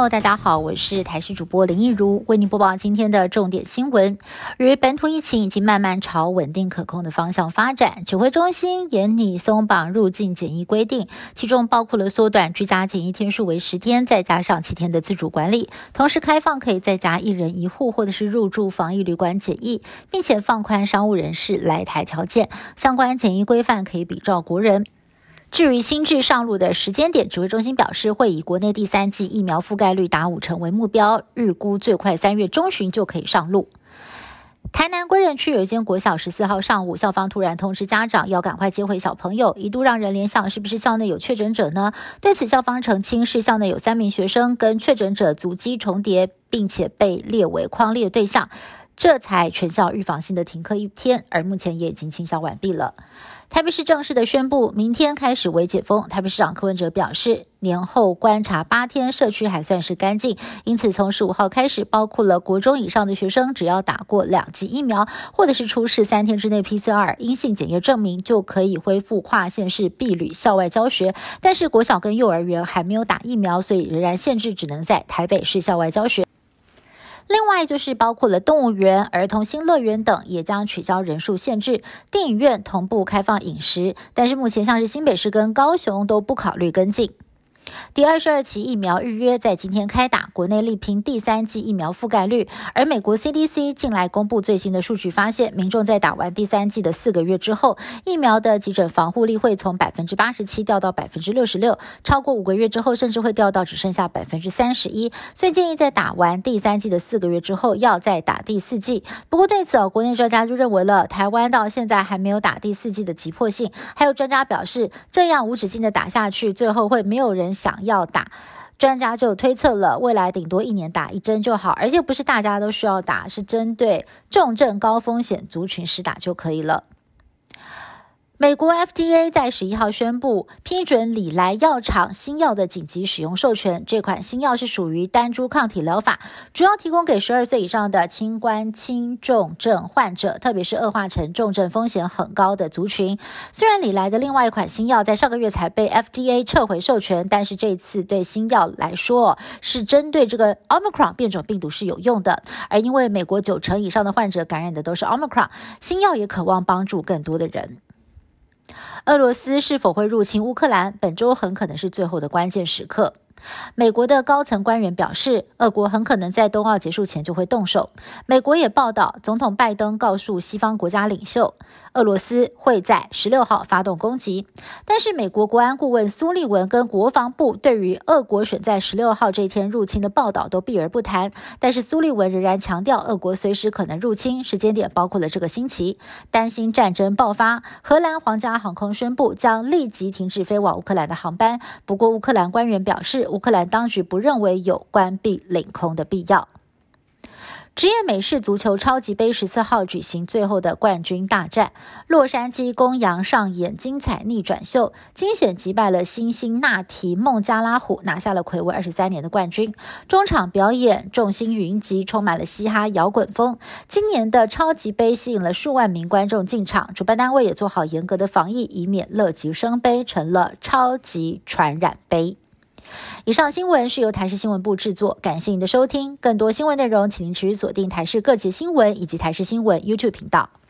友，大家好，我是台视主播林益如，为您播报今天的重点新闻。由于本土疫情已经慢慢朝稳定可控的方向发展，指挥中心严拟松绑入境检疫规定，其中包括了缩短居家检疫天数为10天，再加上7天的自主管理，同时开放可以在家1人1户或者是入住防疫旅馆检疫，并且放宽商务人士来台条件，相关检疫规范可以比照国人。至于新制上路的时间点，指挥中心表示会以国内第3剂疫苗覆盖率达50%为目标，预估最快3月中旬就可以上路。台南归仁区有一间国小14号上午，校方突然通知家长要赶快接回小朋友，一度让人联想是不是校内有确诊者呢？对此校方澄清是校内有3名学生跟确诊者足迹重叠，并且被列为匡列对象，这才全校预防性的停课1天，而目前也已经清消完毕了。台北市正式的宣布，明天开始微解封。台北市长柯文哲表示，年后观察8天，社区还算是干净，因此从15号开始，包括了国中以上的学生，只要打过2剂疫苗，或者是出示3天之内 PCR 阴性检验证明，就可以恢复跨县市避旅校外教学。但是国小跟幼儿园还没有打疫苗，所以仍然限制只能在台北市校外教学。另外就是包括了动物园、儿童新乐园等也将取消人数限制，电影院同步开放饮食，但是目前像是新北市跟高雄都不考虑跟进。第22期疫苗预约在今天开打，国内力拼第3剂疫苗覆盖率，而美国 CDC 近来公布最新的数据发现，民众在打完第3剂的4个月之后，疫苗的急诊防护力会从 87% 掉到 66%， 超过5个月之后甚至会掉到只剩下 31%， 所以建议在打完第3剂的4个月之后要再打第4剂。不过对此国内专家就认为了，台湾到现在还没有打第4剂的急迫性，还有专家表示，这样无止境的打下去，最后会没有人想要打。专家就推测了，未来顶多1年打1针就好，而且不是大家都需要打，是针对重症高风险族群施打就可以了。美国 FDA 在11号宣布批准礼来药厂新药的紧急使用授权，这款新药是属于单株抗体疗法，主要提供给12岁以上的轻关轻重症患者，特别是恶化成重症风险很高的族群。虽然礼来的另外一款新药在上个月才被 FDA 撤回授权，但是这次对新药来说是针对这个 Omicron 变种病毒是有用的，而因为美国90%以上的患者感染的都是 Omicron， 新药也渴望帮助更多的人。俄罗斯是否会入侵乌克兰，本周很可能是最后的关键时刻。美国的高层官员表示，俄国很可能在冬奥结束前就会动手。美国也报道，总统拜登告诉西方国家领袖，俄罗斯会在16号发动攻击。但是美国国安顾问苏利文跟国防部对于俄国选在16号这一天入侵的报道都避而不谈，但是苏利文仍然强调，俄国随时可能入侵，时间点包括了这个星期。担心战争爆发，荷兰皇家航空宣布将立即停止飞往乌克兰的航班。不过乌克兰官员表示，乌克兰当局不认为有关闭领空的必要。职业美式足球超级杯14号举行最后的冠军大战，洛杉矶公羊上演精彩逆转秀，惊险击败了辛辛那提孟加拉虎，拿下了睽违23年的冠军。中场表演众星云集，充满了嘻哈摇滚风。今年的超级杯吸引了数万名观众进场，主办单位也做好严格的防疫，以免乐极生悲，成了超级传染杯。以上新闻是由台视新闻部制作，感谢您的收听。更多新闻内容，请您持续锁定台视各节新闻以及台视新闻 YouTube 频道。